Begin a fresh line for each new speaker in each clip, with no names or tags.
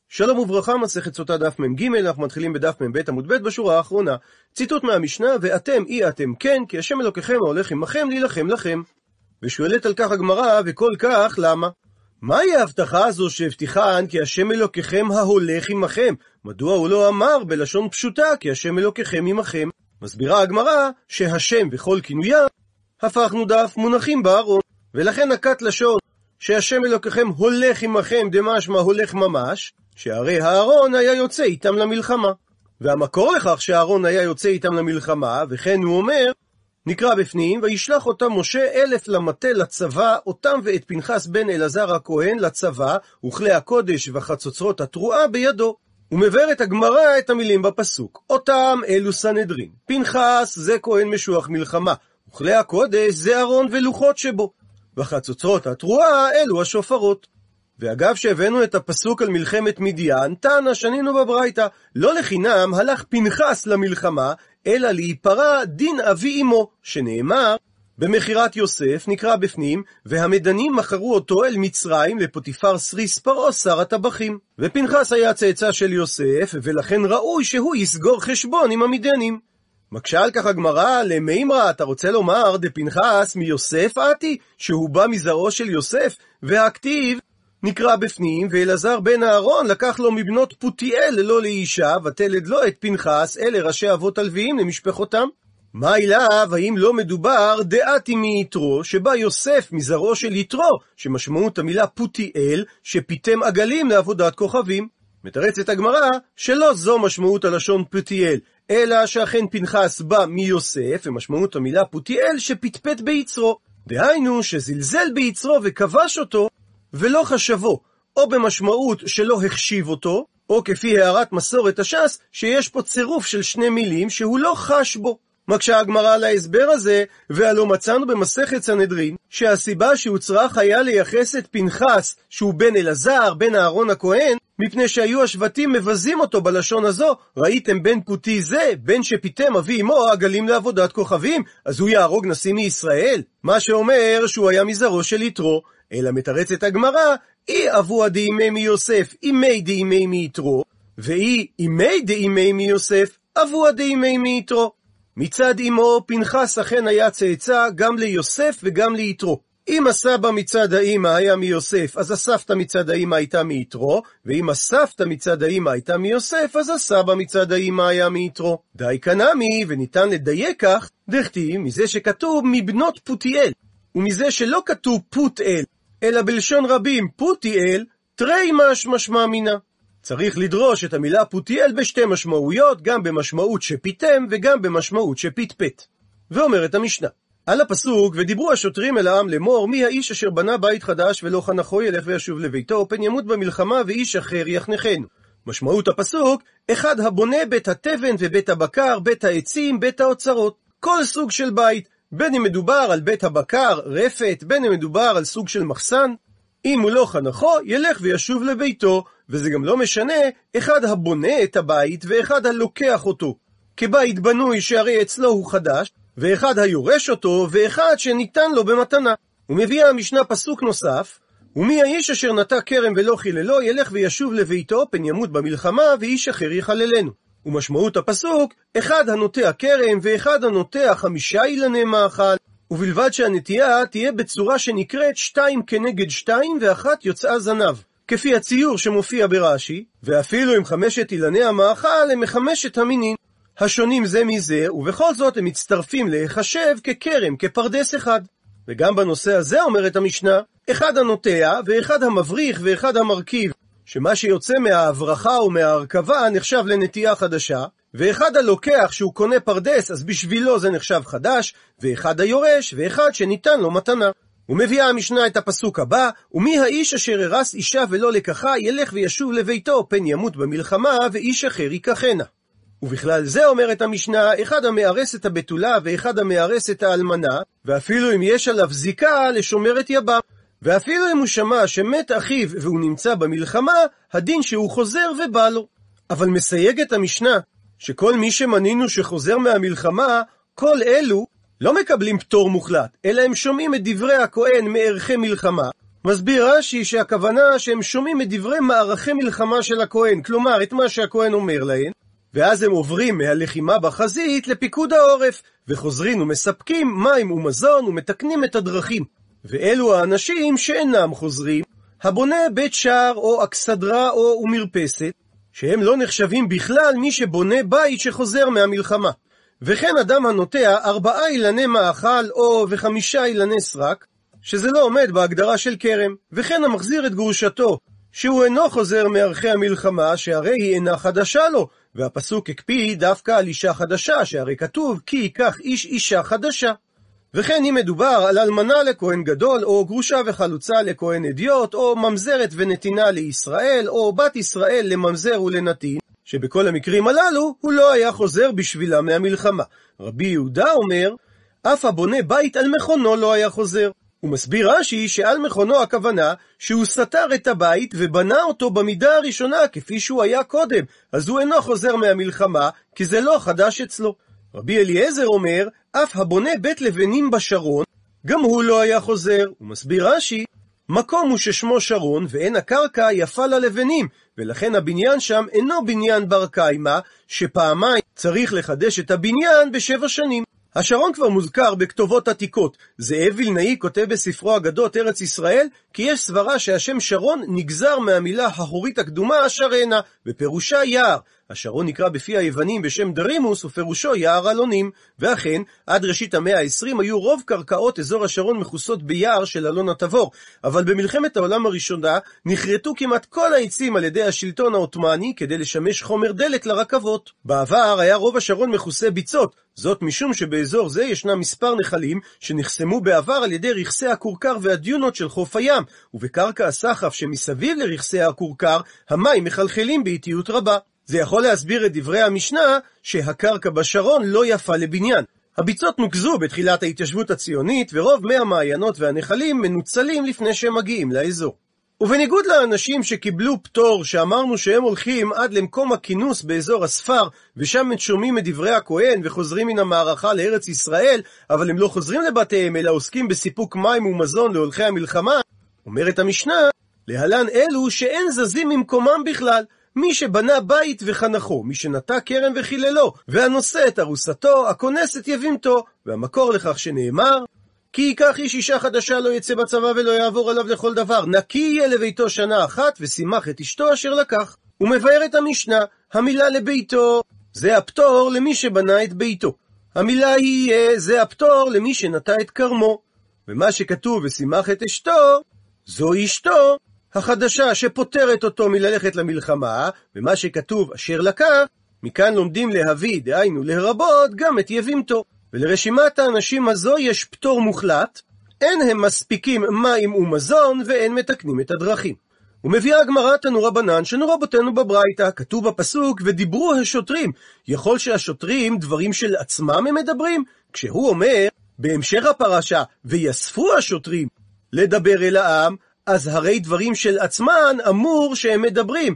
שלום וברכה, מסכת סוטה דף מ"ג, אנחנו מתחילים בדף מ"ב עמוד ב' בשורה האחרונה. ציטוט מהמשנה, ואתם אי אתם כן, כי השם אלוקיכם ההולך עמכם להילחם לכם. ושואלת על כך הגמרא, וכל כך למה? מהי ההבטחה הזו שהבטיחן כי השם אלוקיכם ההולך עמכם? מדוע הוא לא אמר בלשון פשוטה כי השם אלוקיכם עמכם? מסבירה הגמרא שהשם וכל כינויה הפכנו דף מונחים בארון, ולכן נקט לשון שהשם אלוקיכם הולך עמכם דמשמע הולך ממש, שהרי הארון היה יוצא איתם למלחמה. והמקור לכך שהארון היה יוצא איתם למלחמה, וכן הוא אומר, נקרא בפנים, וישלח אותם משה 1000 למטה לצבא, אותם ואת פנחס בן אלעזר הכהן לצבא, וכלי הקודש וחצוצרות התרועה בידו. הוא מבאר את הגמרא את המילים בפסוק. אותם אלו סנהדרין, פנחס זה כהן משוח מלחמה, וכלי הקודש זה ארון ולוחות שבו, וחצוצרות התרועה אלו השופרות. ואגב שהבאנו את הפסוק על מלחמת מדיין, תנא שנינו בברייתא, לא לחינם הלך פנחס למלחמה, אלא להיפרע דין אבי אמו, שנאמר, במכירת יוסף נקרא בפנים, והמדנים מכרו אותו אל מצרים לפוטיפר סריס פרעה שר הטבחים. ופנחס היה צאצא של יוסף, ולכן ראוי שהוא יסגור חשבון עם המדיינים. מקשה על כך הגמרא, למימרא, אתה רוצה לומר דפנחס מיוסף עתי, שהוא בא מזרעו של יוסף, והכתיב נקרא בפנים, ואלעזר בן אהרון לקח לו מבנות פותיאל ללא לאישה, ותלד לו את פנחס, אלה ראשי אבות הלוויים למשפחותם. מה אליו, האם לא מדובר דעתי מיתרו, שבא יוסף מזרעו של יתרו, שמשמעות המילה פותיאל, שפיתם עגלים לעבודת כוכבים. מתרצת הגמרא שלא זו משמעות הלשון פותיאל, אלא שאכן פנחס בא מיוסף, ומשמעות המילה פותיאל שפטפט ביצרו. דהיינו שזלזל ביצרו וכבש אותו, ולא חשבו, או במשמעות שלא החשיב אותו, או כפי הערת מסורת הש"ס, שיש פה צירוף של שני מילים שהוא לא חש בו. מקשה הגמרא על ההסבר הזה, והלא מצאנו במסכת סנהדרין, שהסיבה שהוא צריך היה לייחס את פנחס, שהוא בן אלעזר, בן אהרון הכהן, מפני שהיו השבטים מבזים אותו בלשון הזו, ראיתם בן פותי זה, בן שפיתם אבי אמו עגלים לעבודת כוכבים, אז הוא יהרוג נשיא מישראל? מה שאומר שהוא היה מזרעו של יתרו, אלא מתרצת הגמרא, אי אבוה דאימי מיוסף, אימי דאימי מיתרו, ואי אימי דאימי מיוסף, אבוה דאימי מיתרו. מצד אמו פנחס אכן היה צאצא גם ליוסף וגם ליתרו. אם הסבא מצד האמא היה מיוסף, אז הסבתא מצד האמא הייתה מיתרו, ואם הסבתא מצד האמא הייתה מיוסף, אז הסבא מצד האמא היה מיתרו. די קנמי, וניתן לדייק כך, דכתיב מזה שכתוב מבנות פותיאל, ומזה שלא כתוב פותאל, אלא בלשון רבים פותיאל, תרי משמע מינה. צריך לדרוש את המילה פותיאל בשתי משמעויות, גם במשמעות שפיתם וגם במשמעות שפטפט. ואומרת המשנה, על הפסוק, ודיברו השוטרים אל העם לאמור, מי האיש אשר בנה בית חדש ולא חנכו ילך וישוב לביתו, פן ימות במלחמה ואיש אחר יחנכנו. משמעות הפסוק, אחד הבונה בית התבן ובית הבקר, בית העצים, בית האוצרות. כל סוג של בית, בין אם מדובר על בית הבקר, רפת, בין אם מדובר על סוג של מחסן, אם הוא לא חנכו, ילך וישוב לביתו, וזה גם לא משנה, אחד הבונה את הבית ואחד הלוקח אותו, כבית בנוי שהרי אצלו הוא חדש, ואחד היורש אותו, ואחד שניתן לו במתנה. ומביאה המשנה פסוק נוסף, ומי האיש אשר נטע כרם ולא חיללו, ילך וישוב לביתו, פן ימות במלחמה, ואיש אחר יחללנו. ומשמעות הפסוק, אחד הנוטע כרם ואחד הנוטע 5 אילני מאכל, ובלבד שהנטייה תהיה בצורה שנקראת 2 כנגד 2 ואחת יוצאה זנב, כפי הציור שמופיע ברש"י, ואפילו עם 5 אילני המאכל הם מ5 המינין, השונים זה מזה, ובכל זאת הם מצטרפים להיחשב ככרם, כפרדס אחד. וגם בנושא הזה אומרת המשנה, אחד הנוטע ואחד המבריך ואחד המרכיב, שמה שיוצא מההברכה או מההרכבה נחשב לנטייה חדשה, ואחד הלוקח שהוא קונה פרדס, אז בשבילו זה נחשב חדש, ואחד היורש, ואחד שניתן לו מתנה. ומביאה המשנה את הפסוק הבא, ומי האיש אשר הרס אישה ולא לקחה, ילך וישוב לביתו, פן ימות במלחמה, ואיש אחר ייקחנה. ובכלל זה אומרת המשנה, אחד המארס את הבתולה, ואחד המארס את האלמנה, ואפילו אם יש עליו זיקה לשומר את יבם. ואפילו אם הוא שמע שמת אחיו והוא נמצא במלחמה, הדין שהוא חוזר ובא לו. אבל מסייגת המשנה, שכל מי שמנינו שחוזר מהמלחמה, כל אלו לא מקבלים פטור מוחלט, אלא הם שומעים את דברי הכהן מערכי מלחמה, מסביר רש"י שהכוונה שהם שומעים את דברי מערכי מלחמה של הכהן, כלומר את מה שהכהן אומר להם, ואז הם עוברים מהלחימה בחזית לפיקוד העורף, וחוזרים ומספקים מים ומזון ומתקנים את הדרכים. ואלו האנשים שאינם חוזרים, הבונה בית שער או אכסדרה או מרפסת, שהם לא נחשבים בכלל מי שבונה בית שחוזר מהמלחמה. וכן אדם הנוטע 4 אילני מאכל או 5 אילני סרק, שזה לא עומד בהגדרה של כרם, וכן המחזיר את גרושתו, שהוא אינו חוזר מערכי המלחמה, שהרי היא אינה חדשה לו, והפסוק הקפיד דווקא על אישה חדשה, שהרי כתוב כי ייקח איש אישה חדשה. וכן אם מדובר על אלמנה לכהן גדול, או גרושה וחלוצה לכהן אדיוט, או ממזרת ונתינה לישראל, או בת ישראל לממזר ולנתין, שבכל המקרים הללו הוא לא היה חוזר בשבילה מהמלחמה. רבי יהודה אומר, אף הבונה בית על מכונו לא היה חוזר. הוא מסביר רש"י שעל מכונו הכוונה שהוא סתר את הבית ובנה אותו במידה הראשונה כפי שהוא היה קודם, אז הוא אינו חוזר מהמלחמה כי זה לא חדש אצלו. רבי אליעזר אומר, אף הבונה בית לבנים בשרון, גם הוא לא היה חוזר. הוא מסביר רש"י, מקום הוא ששמו שרון ואין הקרקע יפה ללבנים, ולכן הבניין שם אינו בניין בר קיימא, שפעמיים צריך לחדש את הבניין ב7 שנים. השרון כבר מוזכר בכתובות עתיקות. זאב וילנאי כותב בספרו אגדות ארץ ישראל, כי יש סברה שהשם שרון נגזר מהמילה ההורית הקדומה שרנה, ופירושה יער. השרון נקרא בפי היוונים בשם דרימוס, ופירושו יער אלונים. ואכן, עד ראשית המאה ה-20 היו רוב קרקעות אזור השרון מכוסות ביער של אלון התבור. אבל במלחמת העולם הראשונה נכרתו כמעט כל העצים על ידי השלטון העות'מאני כדי לשמש חומר דלק לרכבות. בעבר היה רוב השרון מכוסה ביצות, זאת משום שבאזור זה ישנם מספר נחלים שנחסמו בעבר על ידי רכסי הכורכר והדיונות של חוף הים, ובקרקע הסחף שמסביב לרכסי הכורכר המים מחלחלים באיטיות רבה. זה יכול להסביר את דברי המשנה שהקרקע בשרון לא יפה לבניין. הביצות נוקזו בתחילת ההתיישבות הציונית, ורוב מי המעיינות והנחלים מנוצלים לפני שהם מגיעים לאזור. ובניגוד לאנשים שקיבלו פטור שאמרנו שהם הולכים עד למקום הכינוס באזור הספר, ושם הם שומעים את דברי הכהן וחוזרים מן המערכה לארץ ישראל, אבל הם לא חוזרים לבתיהם אלא עוסקים בסיפוק מים ומזון להולכי המלחמה, אומרת המשנה, להלן אלו שאין זזים ממקומם בכלל, מי שבנה בית וחנכו, מי שנטע כרם וחיללו, והנושא את ארוסתו, הכונס את יבימתו, והמקור לכך שנאמר, כי ייקח איש אישה חדשה לא יצא בצבא ולא יעבור עליו לכל דבר, נקי יהיה לביתו שנה אחת, ושימח את אשתו אשר לקח. הוא מבאר את המשנה, המילה לביתו, זה הפטור למי שבנה את ביתו. המילה היא, זה הפטור למי שנטע את כרמו. ומה שכתוב ושימח את אשתו, זו אשתו החדשה שפותרת אותו מללכת למלחמה, ומה שכתוב אשר לקח, מכאן לומדים להביא, דהיינו להרבות, גם את יבימתו. ולרשימת האנשים הזו יש פטור מוחלט, אין הם מספיקים מים ומזון ואין מתקנים את הדרכים. ומביאה הגמרא תנו רבנן שנו רבותינו בברייתא, כתוב בפסוק ודיברו השוטרים. יכול שהשוטרים דברים של עצמם הם מדברים? כשהוא אומר בהמשך הפרשה ויספו השוטרים לדבר אל העם, אז הרי דברים של עצמן אמור שהם מדברים.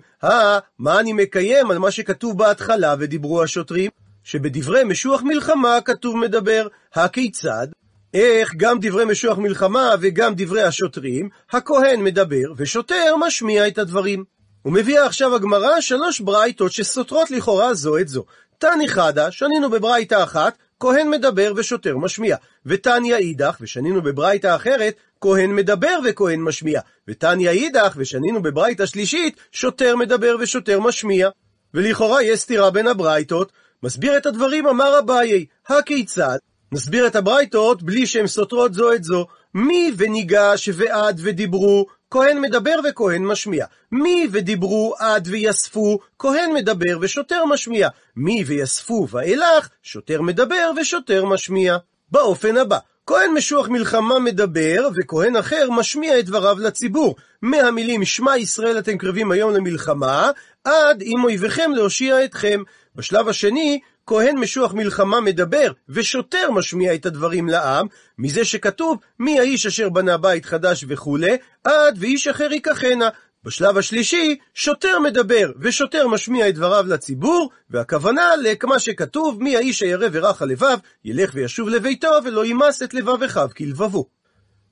מה אני מקיים על מה שכתוב בהתחלה ודיברו השוטרים? שבדברי משוח מלחמה כתוב מדבר. הכיצד? איך גם דברי משוח מלחמה וגם דברי השוטרים, הכהן מדבר ושוטר משמיע את הדברים. ומביאה עכשיו הגמרא 3 ברייתות שסותרות לכאורה זו את זו. תני חדה, שנינו בברייתא אחת, כהן מדבר ושוטר משמיע. ותניא אידך, ושנינו בברייתא אחרת, כהן מדבר וכהן משמיע. ותניא אידך, ושנינו בברייתא שלישית, שוטר מדבר ושוטר משמיע. ולכאורה יש סתירה בין הברייתות. מסביר את הדברים אמר אביי, הכיצד? נסביר את הברייתות בלי שהן סותרות זו את זו. מי וניגש ועד ודיברו, כהן מדבר וכהן משמיע. מי ודיברו עד ויספו, כהן מדבר ושוטר משמיע. מי ויספו ואילך, שוטר מדבר ושוטר משמיע. באופן הבא, כהן משוח מלחמה מדבר, וכהן אחר משמיע את דבריו לציבור. מהמילים שמע ישראל אתם קרבים היום למלחמה, עד עם אויביכם להושיע אתכם. בשלב השני, כהן משוח מלחמה מדבר, ושוטר משמיע את הדברים לעם, מזה שכתוב מי האיש אשר בנה בית חדש וכו', עד ואיש אחר ייקחנה. בשלב השלישי, שוטר מדבר, ושוטר משמיע את דבריו לציבור, והכוונה לכמה שכתוב, מי האיש הירא ורך הלבב, ילך וישוב לביתו, ולא ימס את לבב אחיו כלבבו.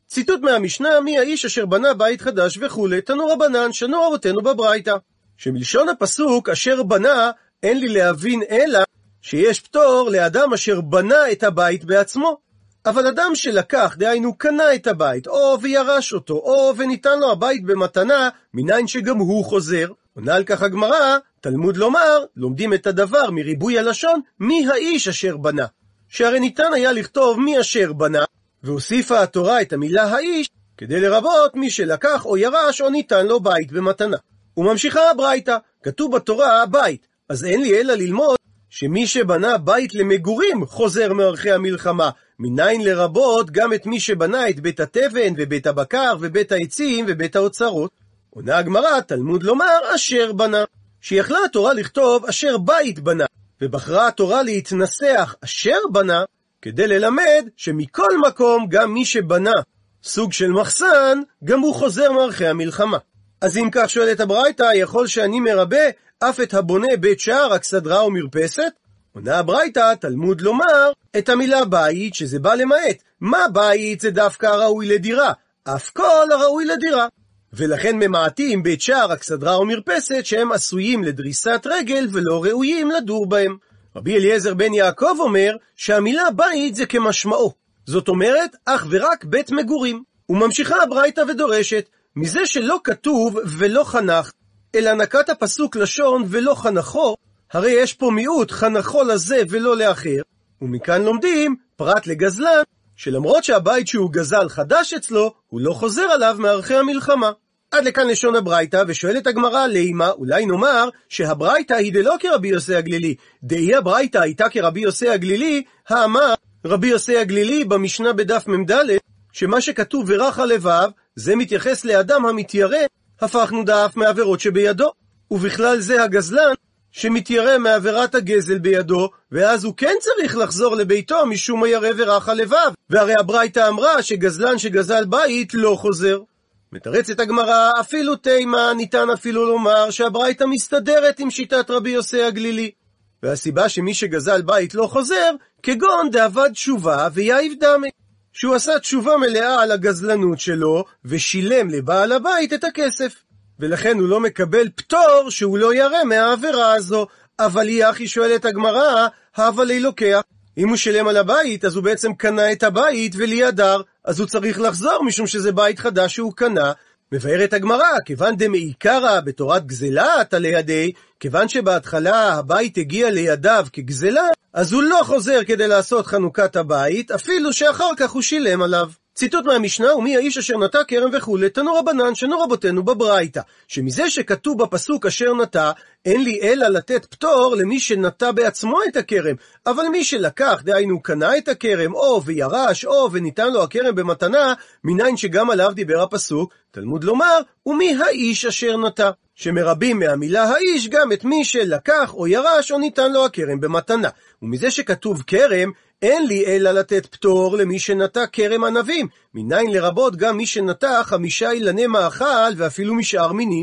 ציטוט מהמשנה, מי האיש אשר בנה בית חדש וכו', תנו רבנן, שנו רבותינו בברייתא. שמלשון הפסוק אשר בנה, אין לי להבין אלא שיש פטור לאדם אשר בנה את הבית בעצמו. אבל אדם שלקח, דהיינו קנה את הבית, או וירש אותו, או וניתן לו הבית במתנה, מניין שגם הוא חוזר. עונה על כך הגמרא, תלמוד לומר, לומדים את הדבר מריבוי הלשון, מי האיש אשר בנה. שהרי ניתן היה לכתוב מי אשר בנה, והוסיפה התורה את המילה האיש, כדי לרבות מי שלקח או ירש או ניתן לו בית במתנה. וממשיכה הברייתא, כתוב בתורה בית, אז אין לי אלא ללמוד שמי שבנה בית למגורים חוזר מערכי המלחמה, מניין לרבות גם את מי שבנה את בית התבן ובית הבקר ובית העצים ובית האוצרות. עונה הגמרא, תלמוד לומר אשר בנה, שיכלה התורה לכתוב אשר בית בנה, ובחרה התורה להתנסח אשר בנה, כדי ללמד שמכל מקום גם מי שבנה סוג של מחסן, גם הוא חוזר מערכי המלחמה. אז אם כך שואלת הברייתא, יכול שאני מרבה אף את הבונה בית שער, אכסדרה ומרפסת? עונה הברייתא, תלמוד לומר את המילה בית, שזה בא למעט. מה בית? זה דווקא הראוי לדירה, אף כל הראוי לדירה. ולכן ממעטים בית שער, אכסדרה ומרפסת, שהם עשויים לדריסת רגל ולא ראויים לדור בהם. רבי אליעזר בן יעקב אומר שהמילה בית זה כמשמעו, זאת אומרת אך ורק בית מגורים. וממשיכה הברייתא ודורשת, מזה שלא כתוב ולא חנך, אלא נקט הפסוק לשון ולא חנכו, הרי יש פה מיעוט חנכו לזה ולא לאחר. ומכאן לומדים פרט לגזלן, שלמרות שהבית שהוא גזל חדש אצלו, הוא לא חוזר עליו מערכי המלחמה. עד לכאן לשון הברייתא, ושואלת הגמרא לימה, אולי נאמר שהברייתא היא דלא כרבי יוסי הגלילי, דהי הברייתא הייתה כרבי יוסי הגלילי, האמר רבי יוסי הגלילי במשנה בדף מ"ד, שמה שכתוב ורח הלבב, זה מתייחס לאדם המתיירא, הפכנו דף מעבירות שבידו, ובכלל זה הגזלן, שמתיירא מעבירת הגזל בידו, ואז הוא כן צריך לחזור לביתו משום הירא ורח הלבב, והרי הברייתא אמרה שגזלן שגזל בית לא חוזר. מתרצת הגמרא, אפילו תימה, ניתן אפילו לומר שהברייתא מסתדרת עם שיטת רבי יוסי הגלילי. והסיבה שמי שגזל בית לא חוזר, כגון דאבד תשובה ויעיב דמי, שהוא עשה תשובה מלאה על הגזלנות שלו, ושילם לבעל הבית את הכסף. ולכן הוא לא מקבל פטור שהוא לא ירא מהעבירה הזו. אבל היא אחי שואלת הגמרא, אבל היא לוקח. אם הוא שילם על הבית, אז הוא בעצם קנה את הבית ולידר, אז הוא צריך לחזור משום שזה בית חדש שהוא קנה. מבארת הגמרא, כיוון דמעיקרא בתורת גזלה אתה לידי, כיוון שבהתחלה הבית הגיע לידיו כגזלה, אז הוא לא חוזר כדי לעשות חנוכת הבית, אפילו שאחר כך הוא שילם עליו. ציטוט מהמשנה, ומי האיש אשר נטע כרם וכו', תנו רבנן, שנו רבותינו בברייתא, שמזה שכתוב בפסוק אשר נטע, אין לי אלא לתת פטור למי שנטע בעצמו את הכרם, אבל מי שלקח, דהיינו קנה את הכרם, או וירש, או וניתן לו הכרם במתנה, מניין שגם עליו דיבר הפסוק, תלמוד לומר, ומי האיש אשר נטע, שמרבים מהמילה האיש גם את מי שלקח או ירש או ניתן לו הכרם במתנה. ומזה שכתוב כרם, אין לי אלא לתת פטור למי שנטע כרם ענבים, מניין לרבות גם מי שנטע 5 אילני מאכל ואפילו משאר מינים,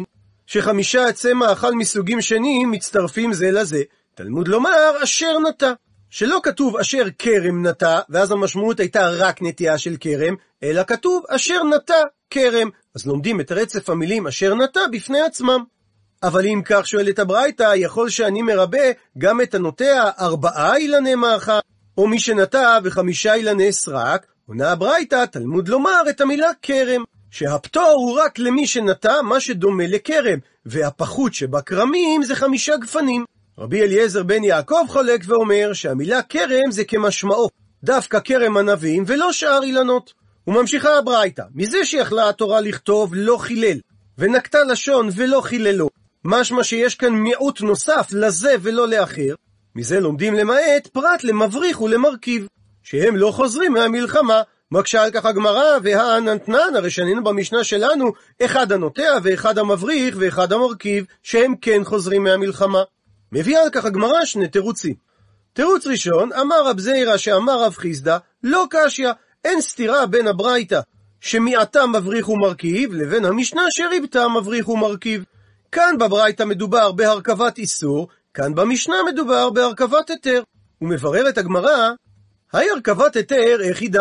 ש5 עצי מאכל מסוגים שונים מצטרפים זה לזה. תלמוד לומר אשר נטע, שלא כתוב אשר כרם נטע, ואז המשמעות הייתה רק נטיעה של כרם, אלא כתוב אשר נטע כרם, אז לומדים את רצף המילים אשר נטע בפני עצמם. אבל אם כך שואלת הברייתא, יכול שאני מרבה גם את הנוטע 4 אילני מאכל, או מי שנטע ו5 אילני סרק. עונה הברייתא, תלמוד לומר את המילה כרם, שהפטור הוא רק למי שנטע מה שדומה לכרם, והפחות שבקרמים זה 5 גפנים. רבי אליעזר בן יעקב חולק ואומר שהמילה כרם זה כמשמעו, דווקא כרם ענבים ולא שאר אילנות. וממשיכה הברייתא, מזה שיכלה התורה לכתוב לא חילל, ונקטה לשון ולא חיללו, משמע שיש כאן מיעוט נוסף לזה ולא לאחר, מזה לומדים למעט פרט למבריך ולמרכיב, שהם לא חוזרים מהמלחמה. מקשה על כך הגמרא, והאננתנן, הרי שנינו במשנה שלנו, אחד הנוטע ואחד המבריך ואחד המרכיב, שהם כן חוזרים מהמלחמה. מביאה על כך הגמרא 2 תירוצים. תירוץ ראשון, אמר רב זירא שאמר רב חיסדא, לא קשיא, אין סתירה בין הברייתא שמיעטה מבריך ומרכיב, לבין המשנה שריבתה מבריך ומרכיב. כאן בברייתא מדובר בהרכבת איסור, כאן במשנה מדובר בהרכבת היתר. ומבררת הגמרא, היי הרכבת היתר איך היא דמי?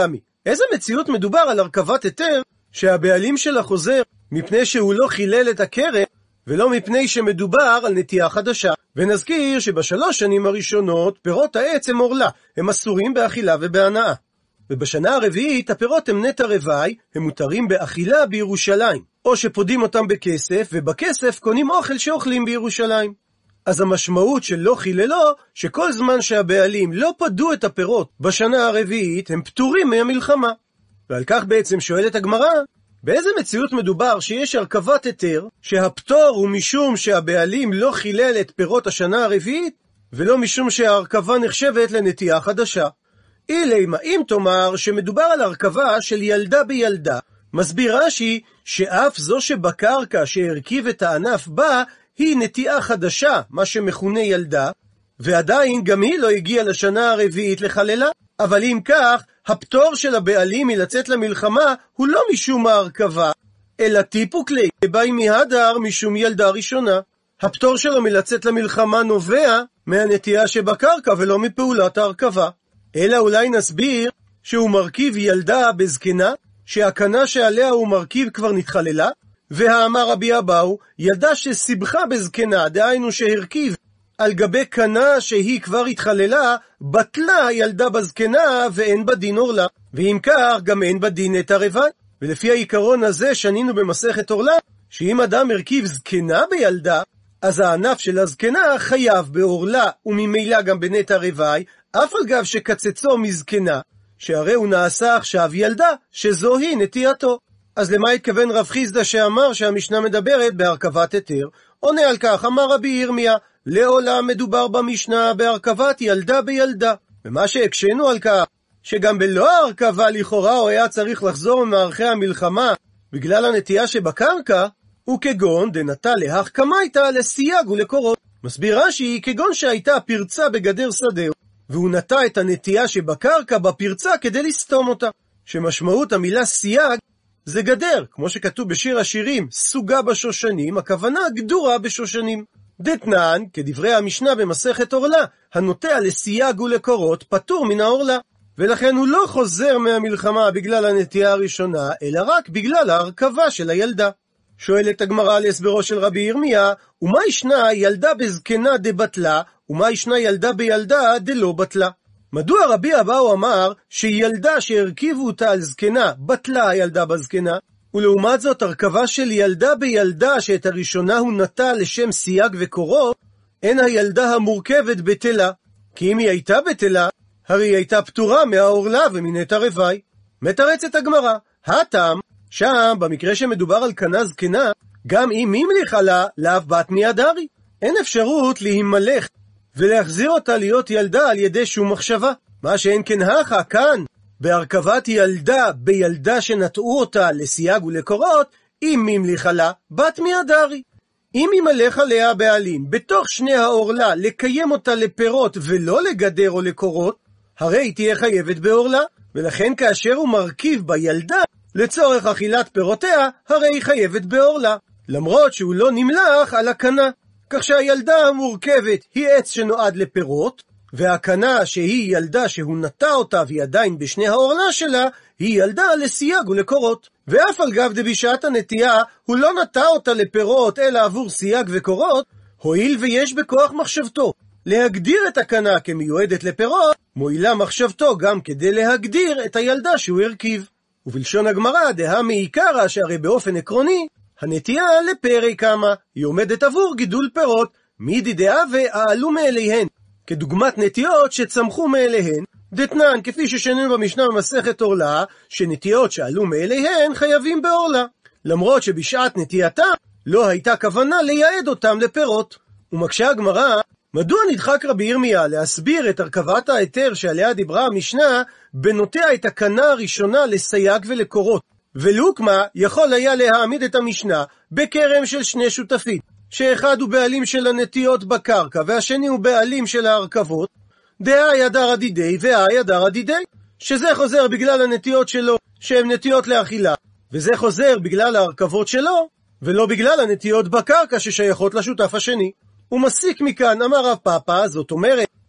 איזה מציאות מדובר על הרכבת היתר שהבעלים שלה חוזר מפני שהוא לא חילל את הכרם, ולא מפני שמדובר על נטייה חדשה? ונזכיר שבשלוש שנים הראשונות פירות העץ הם עורלה, הם אסורים באכילה ובהנאה. ובשנה הרביעית הפירות הם נטע רווי, הם מותרים באכילה בירושלים, או שפודים אותם בכסף, ובכסף קונים אוכל שאוכלים בירושלים. אז המשמעות של לא חיללו, שכל זמן שהבעלים לא פדו את הפירות בשנה הרביעית, הם פטורים מהמלחמה. ועל כך בעצם שואלת הגמרא, באיזה מציאות מדובר שיש הרכבת היתר, שהפטור הוא משום שהבעלים לא חילל את פירות השנה הרביעית, ולא משום שההרכבה נחשבת לנטייה חדשה? אילימה, אם תאמר שמדובר על הרכבה של ילדה בילדה, מסביר רש"י שאף זו שבקרקע שהרכיב את הענף בה, היא נטייה חדשה, מה שמכונה ילדה, ועדיין גם היא לא הגיעה לשנה הרביעית לחללה. אבל אם כך, הפטור של הבעלים מלצאת למלחמה הוא לא משום ההרכבה, אלא טיפוק לי, באי מהדר משום ילדה ראשונה. הפטור שלו מלצאת למלחמה נובע מהנטייה שבקרקע ולא מפעולת ההרכבה. אלא אולי נסביר שהוא מרכיב ילדה בזקנה, שהקנה שעליה הוא מרכיב כבר נתחללה, והאמר רבי אבאו, ילדה שסיבכה בזקנה, דהיינו שהרכיב על גבי קנה שהיא כבר התחללה, בטלה ילדה בזקנה ואין בדין עורלה. ואם כך, גם אין בדין נטע רווי. ולפי העיקרון הזה שנינו במסכת עורלה, שאם אדם הרכיב זקנה בילדה, אז הענף של הזקנה חייב בעורלה וממילא גם בנטע רווי, אף על גב שקצצו מזקנה, שהרי הוא נעשה עכשיו ילדה, שזוהי נטייתו. אז למה התכוון רב חיסדא שאמר שהמשנה מדברת בהרכבת היתר? עונה על כך, אמר רבי ירמיה, לעולם מדובר במשנה בהרכבת ילדה בילדה. ומה שהקשנו על כך, שגם בלא ההרכבה לכאורה הוא היה צריך לחזור ממערכי המלחמה בגלל הנטייה שבקרקע, הוא כגון דנטה להחכמייתא לסייג ולקורות. מסביר רש"י, כגון שהייתה פרצה בגדר שדה, והוא נטע את הנטייה שבקרקע בפרצה כדי לסתום אותה. שמשמעות המילה סייג זה גדר, כמו שכתוב בשיר השירים, סוגה בשושנים, הכוונה גדורה בשושנים. דתנן, כדברי המשנה במסכת עורלה, הנוטע לסייג ולקורות פטור מן העורלה. ולכן הוא לא חוזר מהמלחמה בגלל הנטייה הראשונה, אלא רק בגלל ההרכבה של הילדה. שואלת הגמרא על הסברו של רבי ירמיה, ומה ישנה ילדה בזקנה דבטלה, ומה ישנה ילדה בילדה דלא בטלה? מדוע רבי אבאו אמר שילדה שהרכיבו אותה על זקנה בטלה הילדה בזקנה, ולעומת זאת הרכבה של ילדה בילדה שאת הראשונה הוא נטע לשם סייג וקורות, אין הילדה המורכבת בטלה? כי אם היא הייתה בטלה, הרי היא הייתה פטורה מהעורלה ומנטע רווי. מתרצת הגמרא, הטעם שם במקרה שמדובר על קנה זקנה, גם אם המליכה לה לאו בת מידרי, אין אפשרות להימלך ולהחזיר אותה להיות ילדה על ידי שום מחשבה. מה שאין כן הכה כאן בהרכבת ילדה בילדה שנטעו אותה לסייג ולקורות, אם המליכה לה בת מידרי. אם ימלך עליה הבעלים בתוך שני העורלה לקיים אותה לפירות ולא לגדר או לקורות, הרי היא תהיה חייבת בעורלה, ולכן כאשר הוא מרכיב בילדה לצורך אכילת פירותיה, הרי היא חייבת בעורלה, למרות שהוא לא נמלך על הקנה. כך שהילדה המורכבת היא עץ שנועד לפירות, והקנה שהיא ילדה שהוא נטע אותה והיא עדיין בשני העורלה שלה, היא ילדה לסייג ולקורות. ואף על גב דבשעת הנטייה, הוא לא נטע אותה לפירות אלא עבור סייג וקורות, הואיל ויש בכוח מחשבתו להגדיר את הקנה כמיועדת לפירות, מועילה מחשבתו גם כדי להגדיר את הילדה שהוא הרכיב. ובלשון הגמרא, דהא מעיקרא, שהרי באופן עקרוני, הנטייה לפרי קמה, היא עומדת עבור גידול פירות, מידי דאבה העלו מאליהן, כדוגמת נטיות שצמחו מאליהן, דתנן, כפי ששנינו במשנה במסכת עורלה, שנטיות שעלו מאליהן חייבים בעורלה, למרות שבשעת נטייתה לא הייתה כוונה לייעד אותם לפירות. ומקשה הגמרא, מדוע נדחק רבי ירמיה להסביר את הרכבת ההיתר שעליה דיברה המשנה, בנוטע את הקנה הראשונה לסייג ולקורות, ולוקמה יכול היה להעמיד את המשנה בכרם של שני שותפים, שאחד הוא בעלים של הנטיות בקרקע והשני הוא בעלים של ההרכבות, דהא ידר עדידי והא ידר עדידי, שזה חוזר בגלל הנטיות שלו שהן נטיות לאכילה, וזה חוזר בגלל ההרכבות שלו ולא בגלל הנטיות בקרקע ששייכות לשותף השני. הוא מסיק מכאן, אמר רב פאפא, זאת אומרת,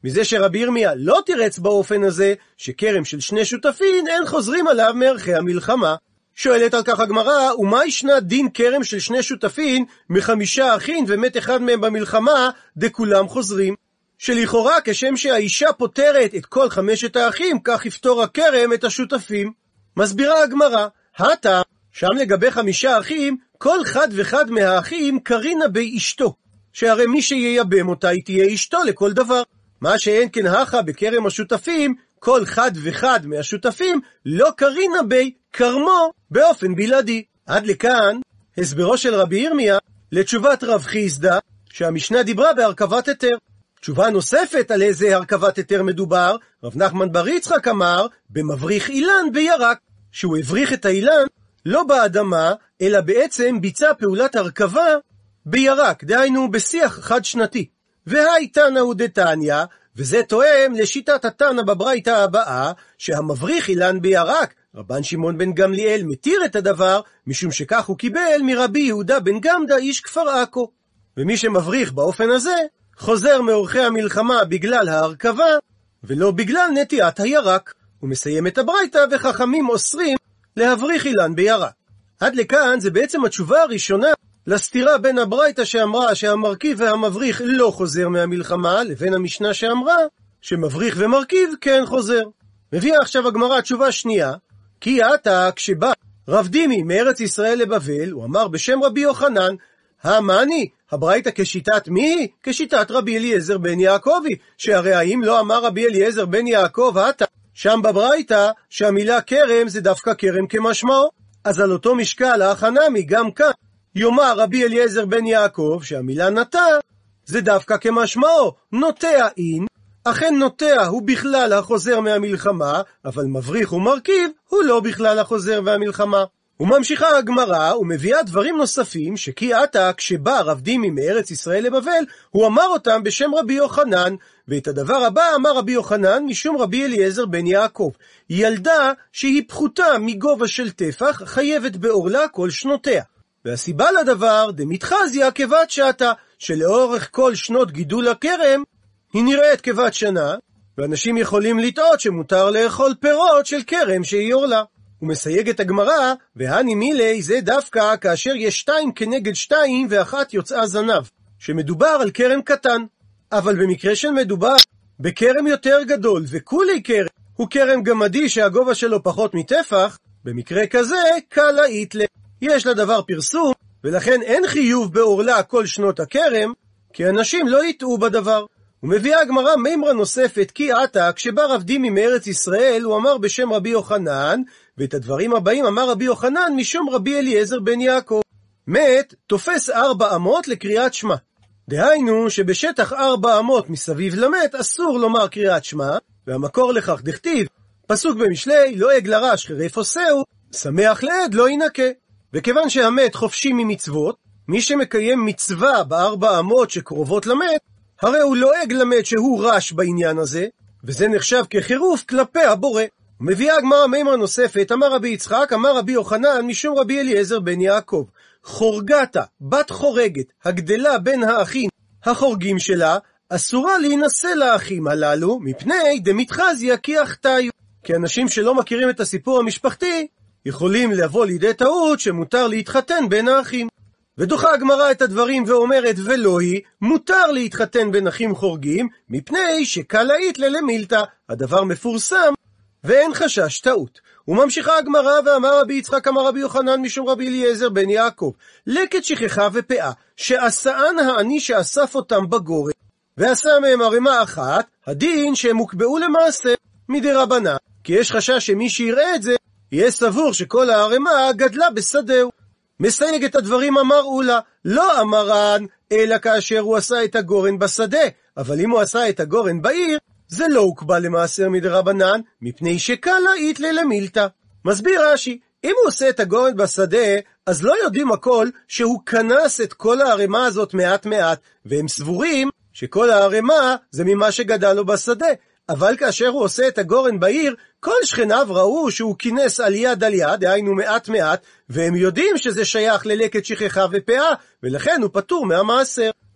מזה שרבי ירמיה לא תירץ באופן הזה, שכרם של שני שותפין אין חוזרים עליו מערכי המלחמה. שואלת על כך הגמרא, ומה ישנה דין כרם של שני שותפין מ5 אחים ומת אחד מהם במלחמה, דכולם חוזרים? שלכאורה כשם שהאישה פותרת את כל 5 האחים, כך יפתור הכרם את השותפים. מסבירה הגמרא, הטעם שם לגבי 5 אחים, כל חד וחד מהאחים קרינה באשתו, שהרי מי שייבם אותה היא תהיה אשתו לכל דבר. מה שאין כן הכה בכרם השותפים, כל חד וחד מהשותפים לא קרינה בי קרמו באופן בלעדי. עד לכאן הסברו של רבי ירמיה לתשובת רב חיסדא, שהמשנה דיברה בהרכבת היתר. תשובה נוספת על איזה הרכבת היתר מדובר, רב נחמן בר יצחק אמר במבריך אילן בירק, שהוא הבריך את האילן לא באדמה, אלא בעצם ביצע פעולת הרכבה בירק, דהיינו בשיח חד שנתי. והי תנא הוא דתניא, וזה תואם לשיטת התנא בברייתא הבאה, שהמבריך אילן בירק, רבן שמעון בן גמליאל מתיר את הדבר, משום שכך הוא קיבל מרבי יהודה בן גמדא איש כפר עכו. ומי שמבריך באופן הזה, חוזר מאורחי המלחמה בגלל ההרכבה, ולא בגלל נטיית הירק. הוא מסיים את הברייתא, וחכמים אוסרים להבריך אילן בירק. עד לכאן זה בעצם התשובה הראשונה לסתירה בין הברייתא שאמרה שהמרכיב והמבריך לא חוזר מהמלחמה, לבין המשנה שאמרה שמבריך ומרכיב כן חוזר. מביאה עכשיו הגמרא תשובה שנייה, כי עתה כשבא רב דימי מארץ ישראל לבבל, הוא אמר בשם רבי יוחנן, המאני, הברייתא כשיטת מי? כשיטת רבי אליעזר בן יעקבי, שהרי האם לא אמר רבי אליעזר בן יעקב עתה שם בברייתא שהמילה כרם זה דווקא כרם כמשמעו? אז על אותו משקל ההכנמי גם כאן יאמר רבי אליעזר בן יעקב שהמילה נטע זה דווקא כמשמעו, נוטע אין, אכן נוטע הוא בכלל החוזר מהמלחמה, אבל מבריך ומרכיב הוא לא בכלל החוזר מהמלחמה. וממשיכה הגמרא ומביאה דברים נוספים שכי עתה כשבא רב דימי מארץ ישראל לבבל, הוא אמר אותם בשם רבי יוחנן, ואת הדבר הבא אמר רבי יוחנן משום רבי אליעזר בן יעקב, ילדה שהיא פחותה מגובה של טפח חייבת בעורלה כל שנותיה. והסיבה לדבר דמתחזיה כבת שעתה, שלאורך כל שנות גידול הכרם היא נראית כבת שנה, ואנשים יכולים לטעות שמותר לאכול פירות של כרם שהיא עורלה. הוא מסייג את הגמרא, והני מילי זה דווקא כאשר יש 2 כנגד 2 ואחת יוצאה זנב, שמדובר על כרם קטן. אבל במקרה של מדובר בכרם יותר גדול וכולי כרם הוא כרם גמדי שהגובה שלו פחות מטפח, במקרה כזה קלה איתלה, יש לדבר פרסום, ולכן אין חיוב בעורלה כל שנות הכרם, כי אנשים לא יטעו בדבר. ומביאה הגמרא מימרה נוספת, כי עתה כשבא רב דימי מארץ ישראל, הוא אמר בשם רבי יוחנן, ואת הדברים הבאים אמר רבי יוחנן משום רבי אליעזר בן יעקב. מת תופס 4 אמות לקריאת שמע. דהיינו שבשטח 4 אמות מסביב למת אסור לומר קריאת שמע, והמקור לכך דכתיב, פסוק במשלי, לא אג לרש חרף עושהו, שמח לעד לא ינקה. וכיוון שהמת חופשי ממצוות, מי שמקיים מצווה ב4 אמות שקרובות למת, הרי הוא לועג למת שהוא רש בעניין הזה, וזה נחשב כחירוף כלפי הבורא. ומביאה הגמרא מימרה נוספת, אמר רבי יצחק, אמר רבי יוחנן משום רבי אליעזר בן יעקב, חורגתה, בת חורגת, הגדלה בין האחים החורגים שלה, אסורה להינשא לאחים הללו, מפני דמתחזיה כי אחתיו. כי אנשים שלא מכירים את הסיפור המשפחתי, יכולים לבוא לידי טעות שמותר להתחתן בין האחים. ודוחה הגמרא את הדברים ואומרת, ולא היא, מותר להתחתן בין אחים חורגים, מפני שקלה איתלה למילתא, הדבר מפורסם, ואין חשש טעות. וממשיכה הגמרא ואמר רבי יצחק אמר רבי יוחנן משום רבי אליעזר בן יעקב, לקט שכחה ופאה, שעשאן העני שאסף אותם בגורן, ועשה מהם ערימה אחת, הדין שהם הוקבעו למעשה מדי רבנן, כי יש חשש שמי שיראה את זה, יהיה סבור שכל הערימה גדלה בשדהו. מסייג את הדברים אמר אולה, לא אמרן, אלא כאשר הוא עשה את הגורן בשדה, אבל אם הוא עשה את הגורן בעיר, זה לא הוקבע למעשר מדי רבנן, מפני שקלה איתלה למילתא. מסביר רש"י, אם הוא עושה את הגורן בשדה, אז לא יודעים הכל שהוא כנס את כל הערימה הזאת מעט מעט, והם סבורים שכל הערימה זה ממה שגדל לו בשדה. אבל כאשר הוא עושה את הגורן בעיר, כל שכניו ראו שהוא כינס על יד, דהיינו מעט מעט, והם יודעים שזה שייך ללקט שכחה ופאה, ולכן הוא פטור מהמעשר.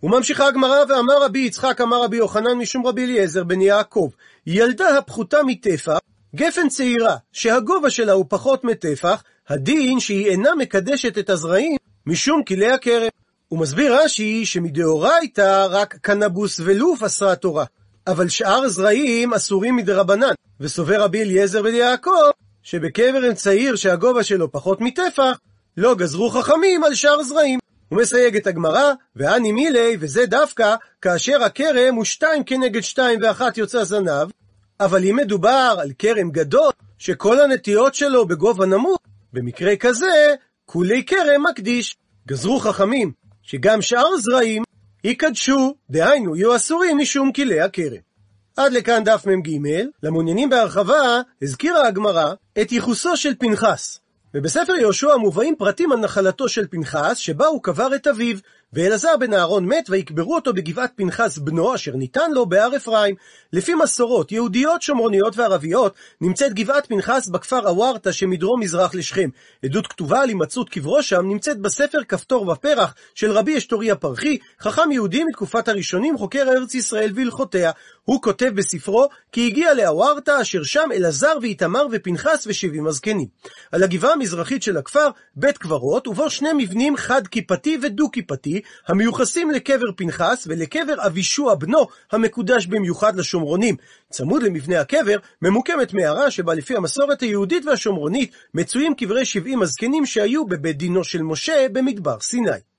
וממשיכה הגמרא, ואמר רבי יצחק אמר רבי יוחנן משום רבי אליעזר בן יעקב, ילדה הפחותה מטפח, גפן צעירה שהגובה שלה הוא פחות מטפח, הדין שהיא אינה מקדשת את הזרעים משום כלי הכרם. הוא מסביר רש"י שמדאורייתא רק קנבוס ולוף אסרה תורה, אבל שאר זרעים אסורים מדרבנן, וסובר רבי אליעזר בן יעקב שבקבר צעיר שהגובה שלו פחות מטפח לא גזרו חכמים על שאר זרעים. הוא מסייג את הגמרא, ואני מילי, וזה דווקא כאשר הכרם הוא 2 כנגד 2 ואחת יוצא זנב, אבל אם מדובר על כרם גדול שכל הנטיות שלו בגובה נמוך, במקרה כזה כולי כרם מקדיש. גזרו חכמים שגם שאר זרעים יקדשו, דהיינו יהיו אסורים משום כלי הכרם. עד לכאן דף מ"ג. למעוניינים בהרחבה הזכירה הגמרא את ייחוסו של פנחס, ובספר יהושע מובאים פרטים על נחלתו של פנחס, שבה הוא קבר את אביו, ואלעזר בן אהרון מת ויקברו אותו בגבעת פנחס בנו אשר ניתן לו בהר אפרים. לפי מסורות יהודיות, שומרוניות וערביות, נמצאת גבעת פנחס בכפר אוורתא שמדרום מזרח לשכם. עדות כתובה על הימצאות קברו שם נמצאת בספר כפתור ופרח של רבי אשתורי הפרחי, חכם יהודי מתקופת הראשונים, חוקר ארץ ישראל והלכותיה. הוא כותב בספרו כי הגיע לאוורתא אשר שם אלעזר ואיתמר ופנחס ו70 הזקנים. על הגבעה המזרחית של הכפר בית קברות, ובו 2 מבנים חד כיפתי ודו כיפתי, המיוחסים לקבר פנחס ולקבר אבישוע בנו, המקודש במיוחד לשומרונים. צמוד למבנה הקבר ממוקמת מערה שבה לפי המסורת היהודית והשומרונית מצויים קברי 70 הזקנים שהיו בבית דינו של משה במדבר סיני.